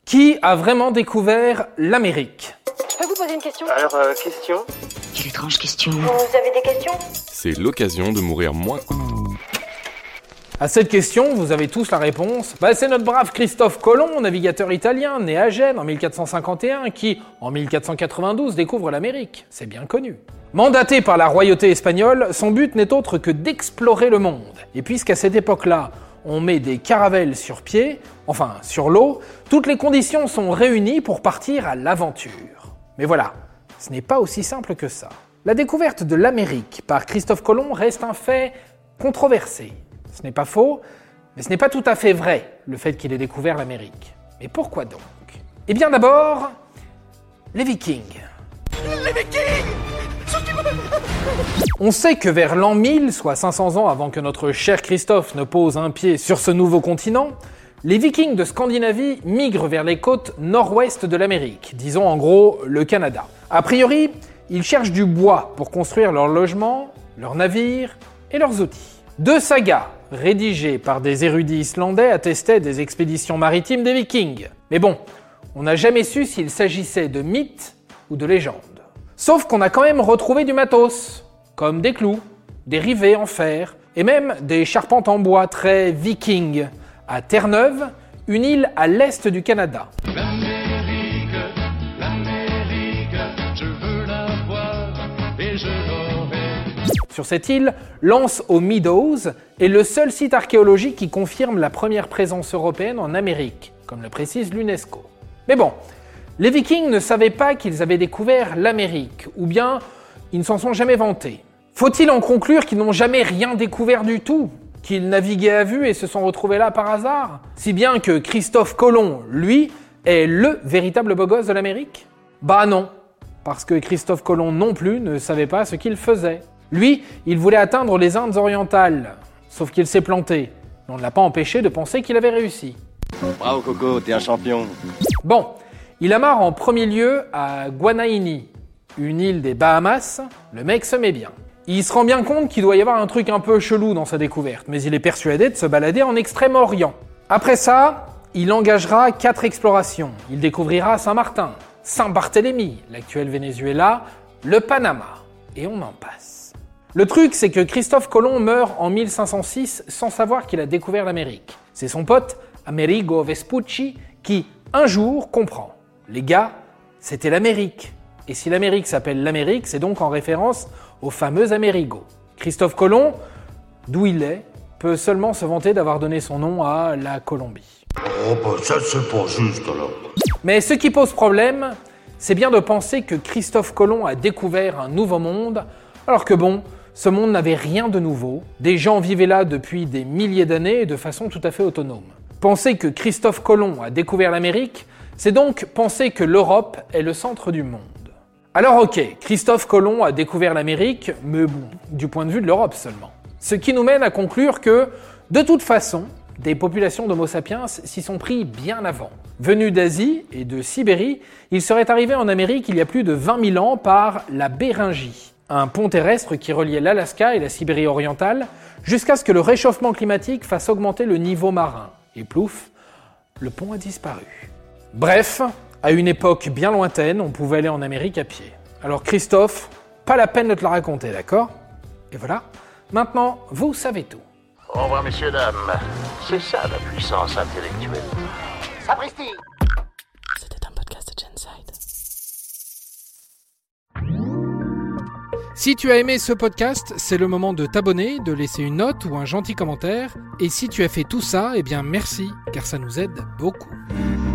Qui a vraiment découvert l'Amérique ? Je peux vous poser une question ? Alors, question ? Quelle étrange question. Vous avez des questions ? C'est l'occasion de mourir moins. À cette question, vous avez tous la réponse. C'est notre brave Christophe Colomb, navigateur italien, né à Gênes en 1451, qui, en 1492, découvre l'Amérique. C'est bien connu. Mandaté par la royauté espagnole, son but n'est autre que d'explorer le monde. Et puisqu'à cette époque-là, on met des caravelles sur pied, enfin sur l'eau, toutes les conditions sont réunies pour partir à l'aventure. Mais voilà, ce n'est pas aussi simple que ça. La découverte de l'Amérique par Christophe Colomb reste un fait controversé. Ce n'est pas faux, mais ce n'est pas tout à fait vrai, le fait qu'il ait découvert l'Amérique. Mais pourquoi donc ? Eh bien d'abord, les Vikings. Les Vikings ! On sait que vers l'an 1000, soit 500 ans avant que notre cher Christophe ne pose un pied sur ce nouveau continent, les Vikings de Scandinavie migrent vers les côtes nord-ouest de l'Amérique, disons en gros le Canada. A priori, ils cherchent du bois pour construire leurs logements, leurs navires et leurs outils. Deux sagas rédigées par des érudits islandais attestaient des expéditions maritimes des Vikings. Mais bon, on n'a jamais su s'il s'agissait de mythes ou de légendes. Sauf qu'on a quand même retrouvé du matos, comme des clous, des rivets en fer, et même des charpentes en bois très viking, à Terre-Neuve, une île à l'est du Canada. L'Amérique, je veux la voir et je l'aurai. Sur cette île, l'anse aux Meadows est le seul site archéologique qui confirme la première présence européenne en Amérique, comme le précise l'UNESCO. Mais bon, les Vikings ne savaient pas qu'ils avaient découvert l'Amérique, ou bien ils ne s'en sont jamais vantés. Faut-il en conclure qu'ils n'ont jamais rien découvert du tout ? Qu'ils naviguaient à vue et se sont retrouvés là par hasard ? Si bien que Christophe Colomb, lui, est le véritable beau gosse de l'Amérique ? Bah non, parce que Christophe Colomb non plus ne savait pas ce qu'il faisait. Lui, il voulait atteindre les Indes orientales, sauf qu'il s'est planté. Mais on ne l'a pas empêché de penser qu'il avait réussi. Bravo Coco, t'es un champion. Bon, il amarre en premier lieu à Guanaini, une île des Bahamas. Le mec se met bien. Il se rend bien compte qu'il doit y avoir un truc un peu chelou dans sa découverte, mais il est persuadé de se balader en Extrême-Orient. Après ça, il engagera 4 explorations. Il découvrira Saint-Martin, Saint-Barthélemy, l'actuel Venezuela, le Panama, et on en passe. Le truc, c'est que Christophe Colomb meurt en 1506 sans savoir qu'il a découvert l'Amérique. C'est son pote, Amerigo Vespucci, qui, un jour, comprend. Les gars, c'était l'Amérique. Et si l'Amérique s'appelle l'Amérique, c'est donc en référence au fameux Amerigo. Christophe Colomb, d'où il est, peut seulement se vanter d'avoir donné son nom à la Colombie. Oh ça c'est pas juste alors. Mais ce qui pose problème, c'est bien de penser que Christophe Colomb a découvert un nouveau monde, alors que bon, ce monde n'avait rien de nouveau. Des gens vivaient là depuis des milliers d'années et de façon tout à fait autonome. Penser que Christophe Colomb a découvert l'Amérique, c'est donc penser que l'Europe est le centre du monde. Alors ok, Christophe Colomb a découvert l'Amérique, mais bon, du point de vue de l'Europe seulement. Ce qui nous mène à conclure que, de toute façon, des populations d'Homo sapiens s'y sont pris bien avant. Venus d'Asie et de Sibérie, ils seraient arrivés en Amérique il y a plus de 20 000 ans par la Béringie, un pont terrestre qui reliait l'Alaska et la Sibérie orientale, jusqu'à ce que le réchauffement climatique fasse augmenter le niveau marin. Et plouf, le pont a disparu. Bref, à une époque bien lointaine, on pouvait aller en Amérique à pied. Alors Christophe, pas la peine de te la raconter, d'accord ? Et voilà, maintenant, vous savez tout. Au revoir messieurs, dames. C'est ça la puissance intellectuelle. Sapristi! C'était un podcast de Genside. Si tu as aimé ce podcast, c'est le moment de t'abonner, de laisser une note ou un gentil commentaire. Et si tu as fait tout ça, eh bien merci, car ça nous aide beaucoup.